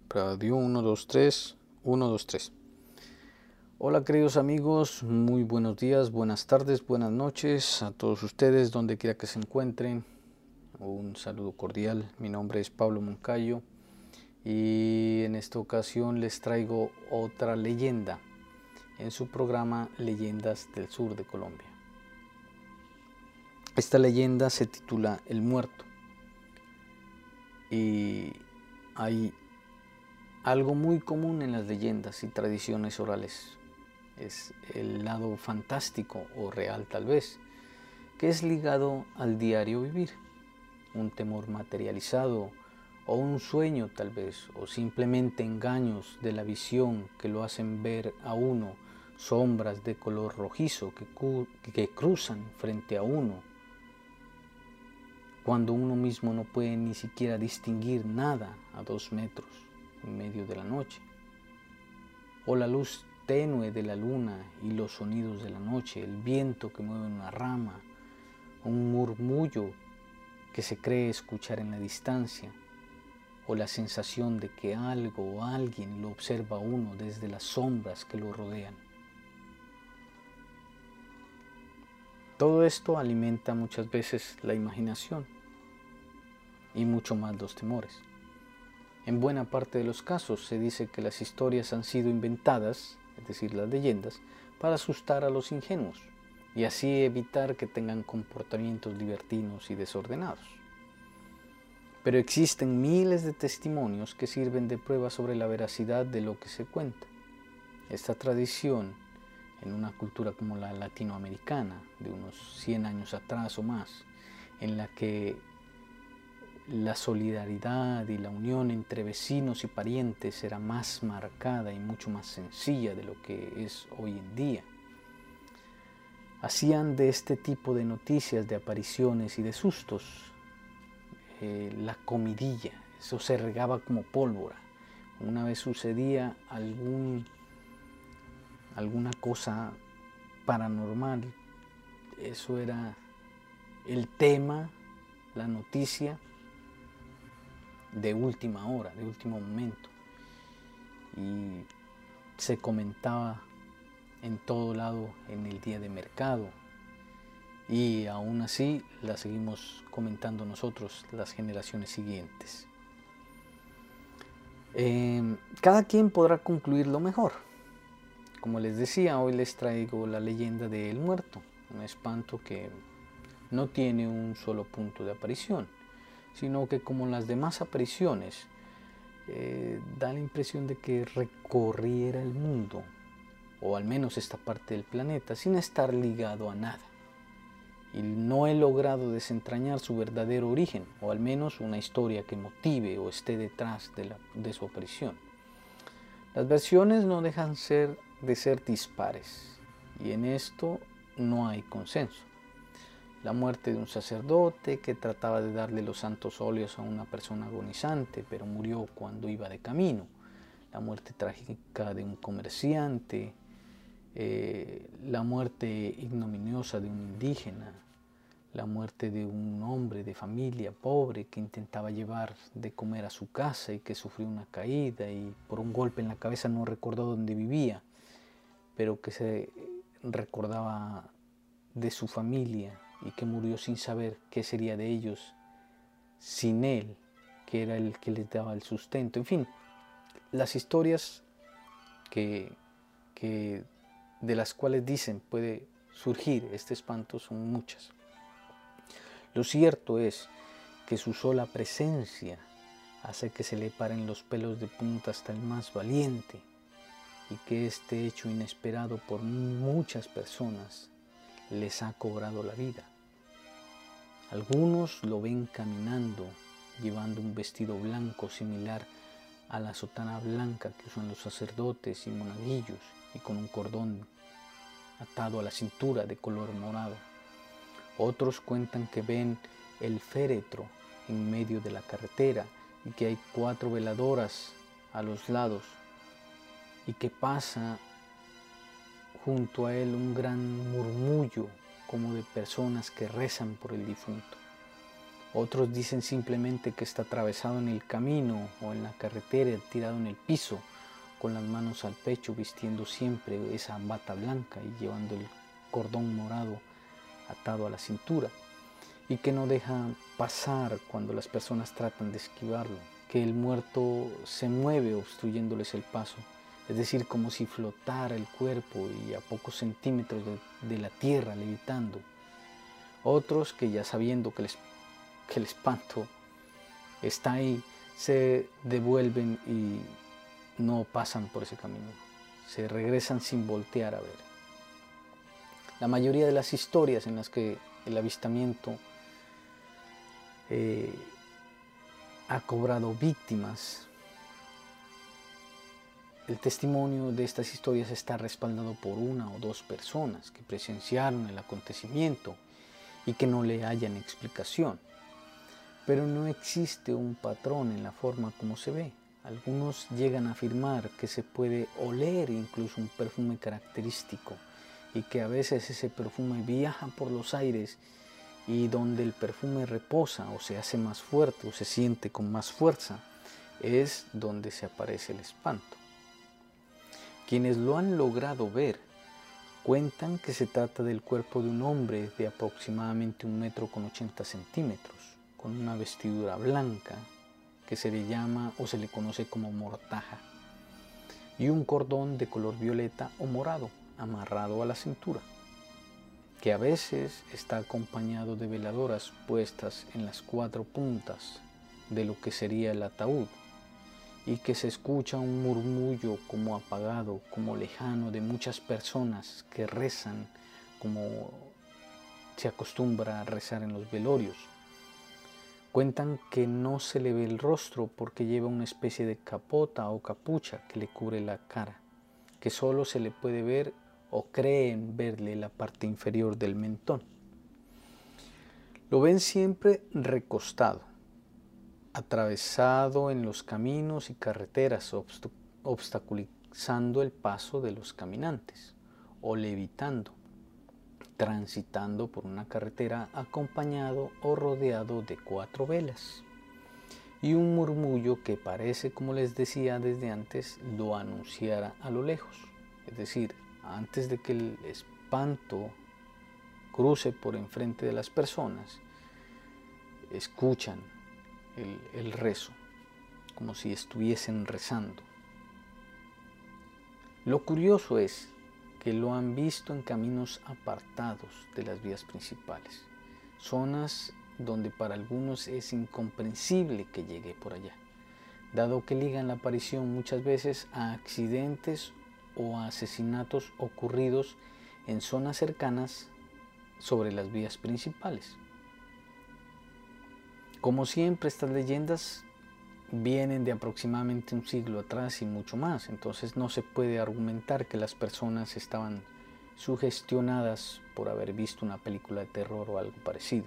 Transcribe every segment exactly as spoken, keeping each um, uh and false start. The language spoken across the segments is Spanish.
Radio uno, dos, tres, uno, dos, tres. Hola queridos amigos, muy buenos días, buenas tardes, buenas noches a todos ustedes, donde quiera que se encuentren. Un saludo cordial, mi nombre es Pablo Moncayo y en esta ocasión les traigo otra leyenda en su programa Leyendas del Sur de Colombia. Esta leyenda se titula El Muerto y hay algo muy común en las leyendas y tradiciones orales. Es el lado fantástico o real tal vez, que es ligado al diario vivir, un temor materializado o un sueño tal vez, o simplemente engaños de la visión que lo hacen ver a uno, sombras de color rojizo que, que cruzan frente a uno, cuando uno mismo no puede ni siquiera distinguir nada a dos metros en medio de la noche, o la luz tenue de la luna y los sonidos de la noche, el viento que mueve una rama, un murmullo que se cree escuchar en la distancia, o la sensación de que algo o alguien lo observa a uno desde las sombras que lo rodean. Todo esto alimenta muchas veces la imaginación y mucho más los temores. En buena parte de los casos se dice que las historias han sido inventadas, es decir, las leyendas, para asustar a los ingenuos y así evitar que tengan comportamientos libertinos y desordenados. Pero existen miles de testimonios que sirven de prueba sobre la veracidad de lo que se cuenta. Esta tradición, en una cultura como la latinoamericana, de unos cien años atrás o más, en la que la solidaridad y la unión entre vecinos y parientes era más marcada y mucho más sencilla de lo que es hoy en día, hacían de este tipo de noticias, de apariciones y de sustos, eh, la comidilla. Eso se regaba como pólvora. Una vez sucedía algún, alguna cosa paranormal, eso era el tema, la noticia de última hora, de último momento, y se comentaba en todo lado en el día de mercado, y aún así la seguimos comentando nosotros, las generaciones siguientes. Eh, cada quien podrá concluirlo mejor. Como les decía, hoy les traigo la leyenda de El Muerto, un espanto que no tiene un solo punto de aparición, sino que como las demás apariciones, eh, da la impresión de que recorriera el mundo, o al menos esta parte del planeta, sin estar ligado a nada. Y no he logrado desentrañar su verdadero origen, o al menos una historia que motive o esté detrás de, la, de su aparición. Las versiones no dejan ser, de ser dispares, y en esto no hay consenso. La muerte de un sacerdote que trataba de darle los santos óleos a una persona agonizante, pero murió cuando iba de camino. La muerte trágica de un comerciante, eh, la muerte ignominiosa de un indígena, la muerte de un hombre de familia pobre que intentaba llevar de comer a su casa y que sufrió una caída y por un golpe en la cabeza no recordó dónde vivía, pero que se recordaba de su familia y que murió sin saber qué sería de ellos sin él, que era el que les daba el sustento. En fin, las historias que, que de las cuales dicen puede surgir este espanto son muchas. Lo cierto es que su sola presencia hace que se le paren los pelos de punta hasta el más valiente y que este hecho inesperado por muchas personas les ha cobrado la vida. Algunos lo ven caminando, llevando un vestido blanco similar a la sotana blanca que usan los sacerdotes y monaguillos y con un cordón atado a la cintura de color morado. Otros cuentan que ven el féretro en medio de la carretera y que hay cuatro veladoras a los lados y que pasa junto a él un gran murmullo como de personas que rezan por el difunto. Otros dicen simplemente que está atravesado en el camino o en la carretera, tirado en el piso, con las manos al pecho, vistiendo siempre esa bata blanca y llevando el cordón morado atado a la cintura, y que no deja pasar cuando las personas tratan de esquivarlo, que el muerto se mueve obstruyéndoles el paso, es decir, como si flotara el cuerpo y a pocos centímetros de, de la tierra levitando. Otros que ya sabiendo que el, que el espanto está ahí, se devuelven y no pasan por ese camino, se regresan sin voltear a ver. La mayoría de las historias en las que el avistamiento eh, ha cobrado víctimas, el testimonio de estas historias está respaldado por una o dos personas que presenciaron el acontecimiento y que no le hallan explicación. Pero no existe un patrón en la forma como se ve. Algunos llegan a afirmar que se puede oler incluso un perfume característico y que a veces ese perfume viaja por los aires y donde el perfume reposa o se hace más fuerte o se siente con más fuerza es donde se aparece el espanto. Quienes lo han logrado ver cuentan que se trata del cuerpo de un hombre de aproximadamente un metro con ochenta centímetros, con una vestidura blanca que se le llama o se le conoce como mortaja, y un cordón de color violeta o morado amarrado a la cintura, que a veces está acompañado de veladoras puestas en las cuatro puntas de lo que sería el ataúd, y que se escucha un murmullo como apagado, como lejano, de muchas personas que rezan como se acostumbra a rezar en los velorios. Cuentan que no se le ve el rostro porque lleva una especie de capota o capucha que le cubre la cara, que solo se le puede ver o creen verle la parte inferior del mentón. Lo ven siempre recostado, atravesado en los caminos y carreteras, obstaculizando el paso de los caminantes, o levitando, transitando por una carretera acompañado o rodeado de cuatro velas, y un murmullo que parece, como les decía desde antes, lo anunciara a lo lejos, es decir, antes de que el espanto cruce por enfrente de las personas, escuchan el, el rezo, como si estuviesen rezando. Lo curioso es que lo han visto en caminos apartados de las vías principales, zonas donde para algunos es incomprensible que llegue por allá, dado que ligan la aparición muchas veces a accidentes o a asesinatos ocurridos en zonas cercanas sobre las vías principales. Como siempre, estas leyendas vienen de aproximadamente un siglo atrás y mucho más, entonces no se puede argumentar que las personas estaban sugestionadas por haber visto una película de terror o algo parecido.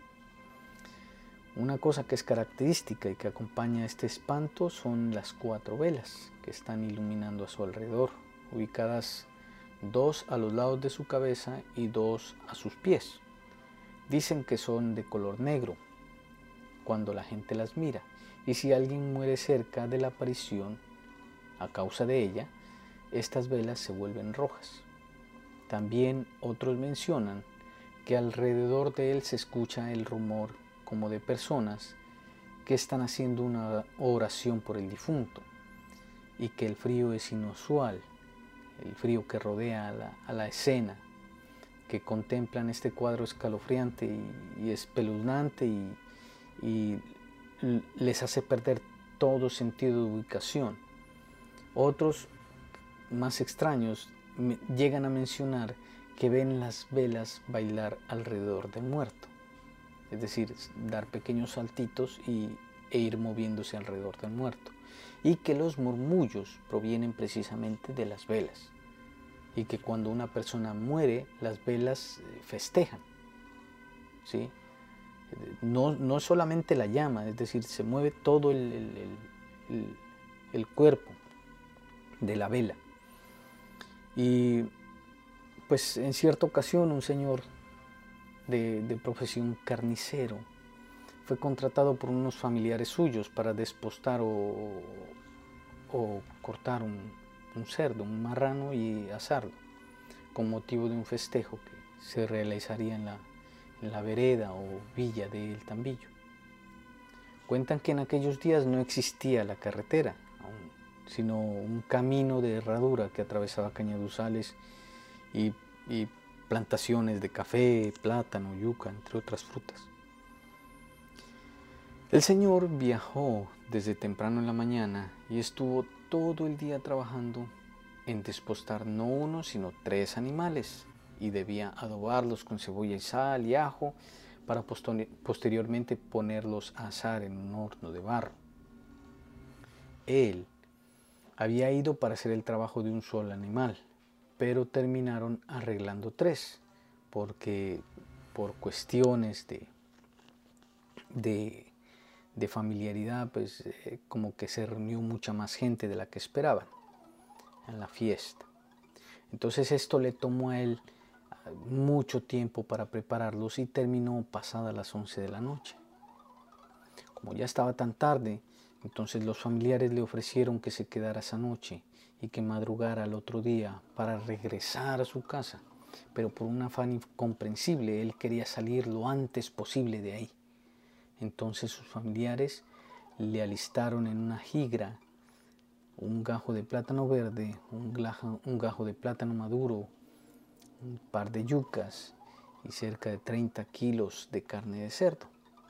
Una cosa que es característica y que acompaña a este espanto son las cuatro velas que están iluminando a su alrededor, ubicadas dos a los lados de su cabeza y dos a sus pies. Dicen que son de color negro cuando la gente las mira, y si alguien muere cerca de la aparición a causa de ella, estas velas se vuelven rojas. También otros mencionan que alrededor de él se escucha el rumor como de personas que están haciendo una oración por el difunto, y que el frío es inusual, el frío que rodea a la, a la escena, que contemplan este cuadro escalofriante y, y espeluznante y, y les hace perder todo sentido de ubicación. Otros, más extraños, llegan a mencionar que ven las velas bailar alrededor del muerto, es decir, dar pequeños saltitos y, e ir moviéndose alrededor del muerto, y que los murmullos provienen precisamente de las velas, y que cuando una persona muere, las velas festejan, ¿sí? No, no solamente la llama, es decir, se mueve todo el, el, el, el cuerpo de la vela. Y pues en cierta ocasión un señor de, de profesión carnicero fue contratado por unos familiares suyos para despostar o, o cortar un, un cerdo, un marrano y asarlo, con motivo de un festejo que se realizaría en la, en la vereda o villa de El Tambillo. Cuentan que en aquellos días no existía la carretera, sino un camino de herradura que atravesaba cañaduzales y, y plantaciones de café, plátano, yuca, entre otras frutas. El señor viajó desde temprano en la mañana y estuvo todo el día trabajando en despostar no uno, sino tres animales, y debía adobarlos con cebolla y sal y ajo para posteriormente ponerlos a asar en un horno de barro. Él había ido para hacer el trabajo de un solo animal, pero terminaron arreglando tres, porque por cuestiones de, de, de familiaridad, pues eh, como que se reunió mucha más gente de la que esperaban en la fiesta. Entonces esto le tomó a él mucho tiempo para prepararlos y terminó pasadas las once de la noche. Como ya estaba tan tarde, entonces los familiares le ofrecieron que se quedara esa noche y que madrugara al otro día para regresar a su casa, pero por un afán incomprensible él quería salir lo antes posible de ahí. Entonces sus familiares le alistaron en una jigra un gajo de plátano verde, un gajo, un gajo de plátano maduro, un par de yucas y cerca de treinta kilos de carne de cerdo.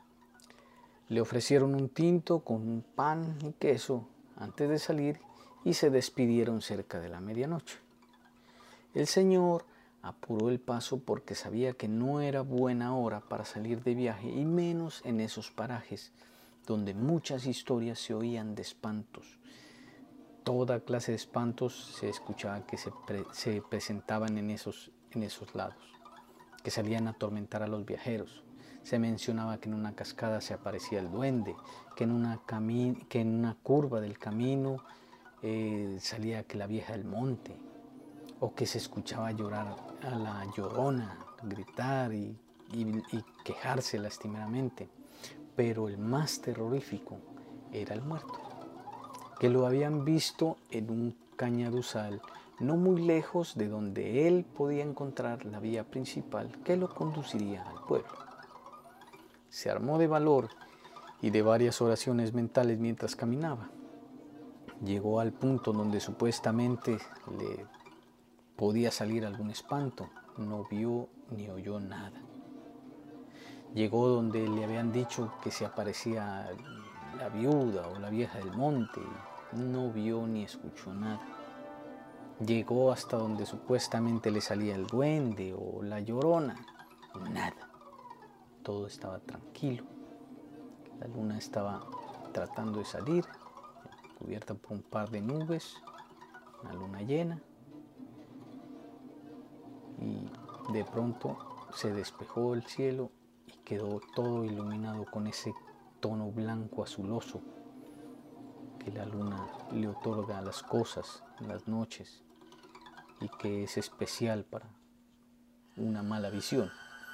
Le ofrecieron un tinto con un pan y queso antes de salir y se despidieron cerca de la medianoche. El señor apuró el paso porque sabía que no era buena hora para salir de viaje, y menos en esos parajes donde muchas historias se oían de espantos. Toda clase de espantos se escuchaba que se, pre se presentaban en esos, en esos lados, que salían a atormentar a los viajeros. Se mencionaba que en una cascada se aparecía el duende, que en una, que en una curva del camino eh, salía que la vieja del monte, o que se escuchaba llorar a la llorona, gritar y, y, y quejarse lastimeramente. Pero el más terrorífico era el muerto, que lo habían visto en un cañaduzal no muy lejos de donde él podía encontrar la vía principal que lo conduciría al pueblo. Se armó de valor y de varias oraciones mentales mientras caminaba. Llegó al punto donde supuestamente le podía salir algún espanto. No vio ni oyó nada. Llegó donde le habían dicho que se aparecía la viuda o la vieja del monte. No vio ni escuchó nada. Llegó hasta donde supuestamente le salía el duende o la llorona. Nada. Todo estaba tranquilo. La luna estaba tratando de salir, cubierta por un par de nubes, una luna llena. Y de pronto se despejó el cielo y quedó todo iluminado con ese tono blanco azuloso que la luna le otorga a las cosas en las noches y que es especial para una mala visión.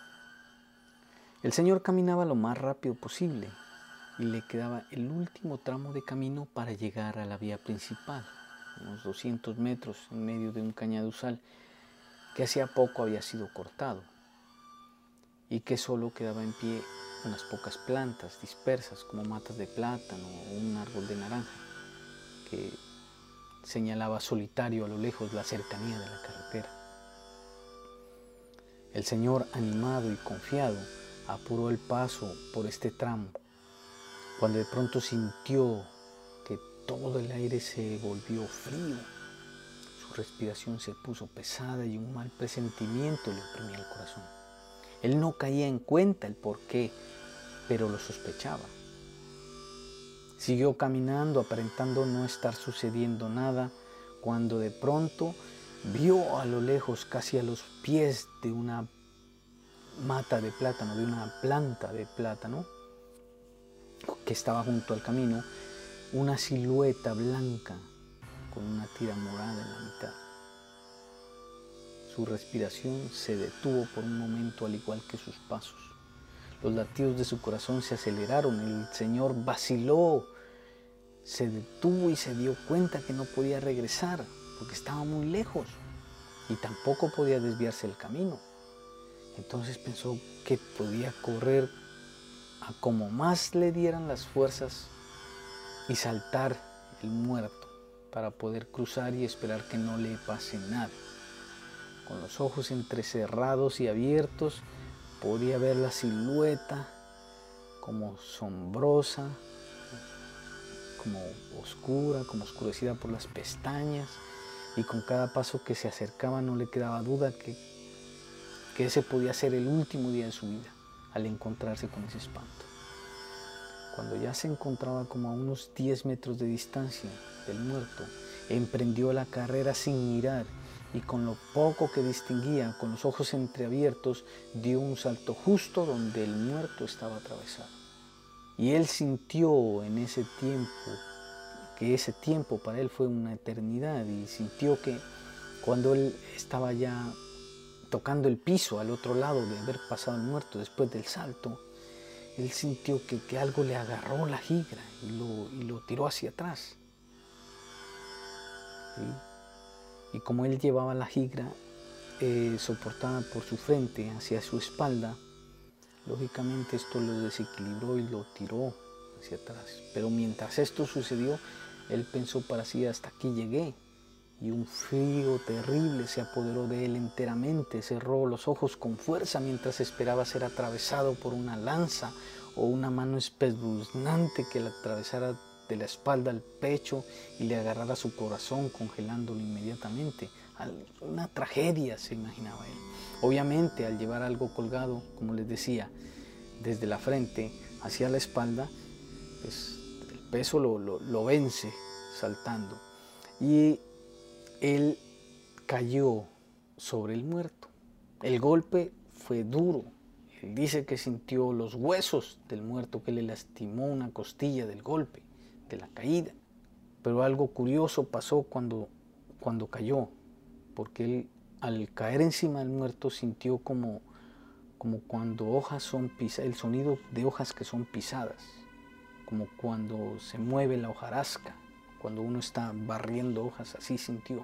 El señor caminaba lo más rápido posible y le quedaba el último tramo de camino para llegar a la vía principal, unos doscientos metros en medio de un cañaduzal que hacía poco había sido cortado y que solo quedaba en pie unas pocas plantas dispersas como matas de plátano o un árbol de naranja que señalaba solitario a lo lejos la cercanía de la carretera. El señor, animado y confiado, apuró el paso por este tramo, cuando de pronto sintió que todo el aire se volvió frío. Su respiración se puso pesada y un mal presentimiento le oprimía el corazón. Él no caía en cuenta el porqué, pero lo sospechaba. Siguió caminando, aparentando no estar sucediendo nada, cuando de pronto vio a lo lejos, casi a los pies de una mata de plátano, de una planta de plátano que estaba junto al camino, una silueta blanca con una tira morada en la mitad. Su respiración se detuvo por un momento, al igual que sus pasos. Los latidos de su corazón se aceleraron, el Señor vaciló, se detuvo y se dio cuenta que no podía regresar porque estaba muy lejos y tampoco podía desviarse del camino. Entonces pensó que podía correr a como más le dieran las fuerzas y saltar el muerto para poder cruzar y esperar que no le pase nada. Con los ojos entrecerrados y abiertos podía ver la silueta como sombrosa, como oscura, como oscurecida por las pestañas, y con cada paso que se acercaba no le quedaba duda que, que ese podía ser el último día de su vida al encontrarse con ese espanto. Cuando ya se encontraba como a unos diez metros de distancia del muerto, emprendió la carrera sin mirar y con lo poco que distinguía, con los ojos entreabiertos, dio un salto justo donde el muerto estaba atravesado. Y él sintió en ese tiempo, que ese tiempo para él fue una eternidad, y sintió que cuando él estaba ya tocando el piso al otro lado de haber pasado el muerto después del salto, él sintió que, que algo le agarró la jigra y lo, y lo tiró hacia atrás. ¿Sí? Y como él llevaba la jigra eh, soportada por su frente hacia su espalda, lógicamente esto lo desequilibró y lo tiró hacia atrás. Pero mientras esto sucedió, él pensó para sí: hasta aquí llegué. Y un frío terrible se apoderó de él enteramente. Cerró los ojos con fuerza mientras esperaba ser atravesado por una lanza o una mano espeluznante que le atravesara de la espalda al pecho y le agarrara su corazón, congelándolo inmediatamente. Una tragedia se imaginaba él. Obviamente, al llevar algo colgado, como les decía, desde la frente hacia la espalda, pues el peso lo, lo, lo vence saltando. Y él cayó sobre el muerto. El golpe fue duro. Él dice que sintió los huesos del muerto, que le lastimó una costilla del golpe, de la caída. Pero algo curioso pasó cuando, cuando cayó, porque él, al caer encima del muerto, sintió como, como cuando hojas son pisadas, el sonido de hojas que son pisadas, como cuando se mueve la hojarasca, cuando uno está barriendo hojas, así sintió.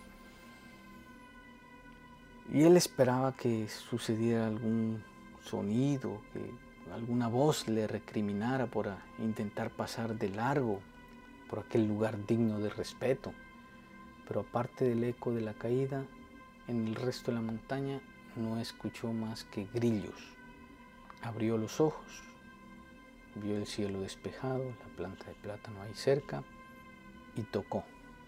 Y él esperaba que sucediera algún sonido, que alguna voz le recriminara por intentar pasar de largo por aquel lugar digno de respeto. Pero aparte del eco de la caída, en el resto de la montaña no escuchó más que grillos. Abrió los ojos, vio el cielo despejado, la planta de plátano ahí cerca, y tocó.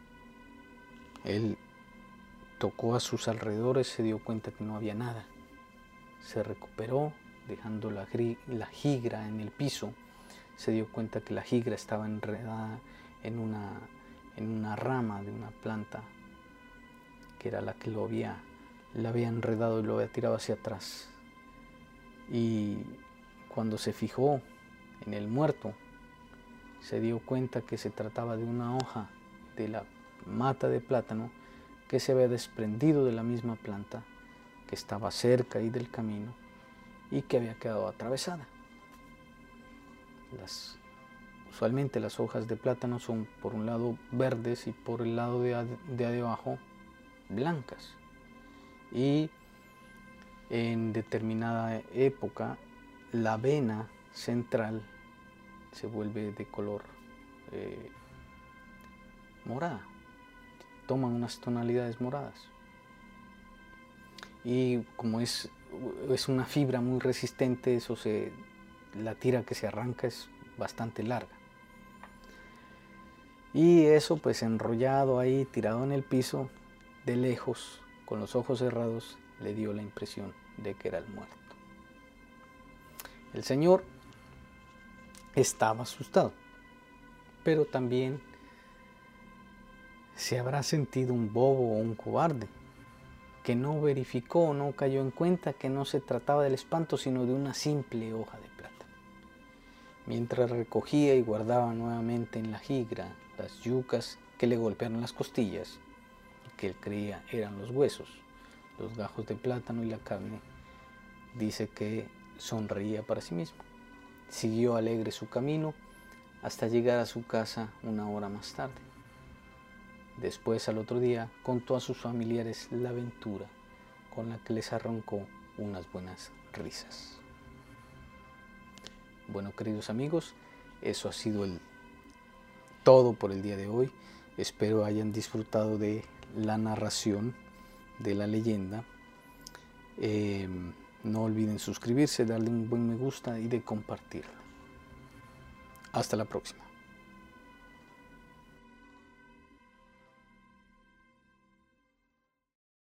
Él tocó a sus alrededores, se dio cuenta que no había nada. Se recuperó, dejando la, la jigra en el piso. Se dio cuenta que la jigra estaba enredada en una, en una rama de una planta, que era la que lo había, la había enredado y lo había tirado hacia atrás. Y cuando se fijó en el muerto, se dio cuenta que se trataba de una hoja de la mata de plátano que se había desprendido de la misma planta, que estaba cerca ahí del camino y que había quedado atravesada. Las, usualmente las hojas de plátano son por un lado verdes y por el lado de, de abajo blancas. Y en determinada época la vena central se vuelve de color eh, morada, toman unas tonalidades moradas. Y como es, es una fibra muy resistente, eso se, la tira que se arranca es bastante larga. Y eso pues enrollado ahí, tirado en el piso, de lejos, con los ojos cerrados, le dio la impresión de que era el muerto. El Señor estaba asustado, pero también se habrá sentido un bobo o un cobarde, que no verificó o no cayó en cuenta que no se trataba del espanto, sino de una simple hoja de plátano. Mientras recogía y guardaba nuevamente en la jigra las yucas que le golpearon las costillas, y que él creía eran los huesos, los gajos de plátano y la carne, dice que sonreía para sí mismo. Siguió alegre su camino hasta llegar a su casa una hora más tarde. Después, al otro día, contó a sus familiares la aventura, con la que les arrancó unas buenas risas. Bueno, queridos amigos, eso ha sido el todo por el día de hoy. Espero hayan disfrutado de la narración de la leyenda. Eh, no olviden suscribirse, darle un buen me gusta y de compartirlo. Hasta la próxima.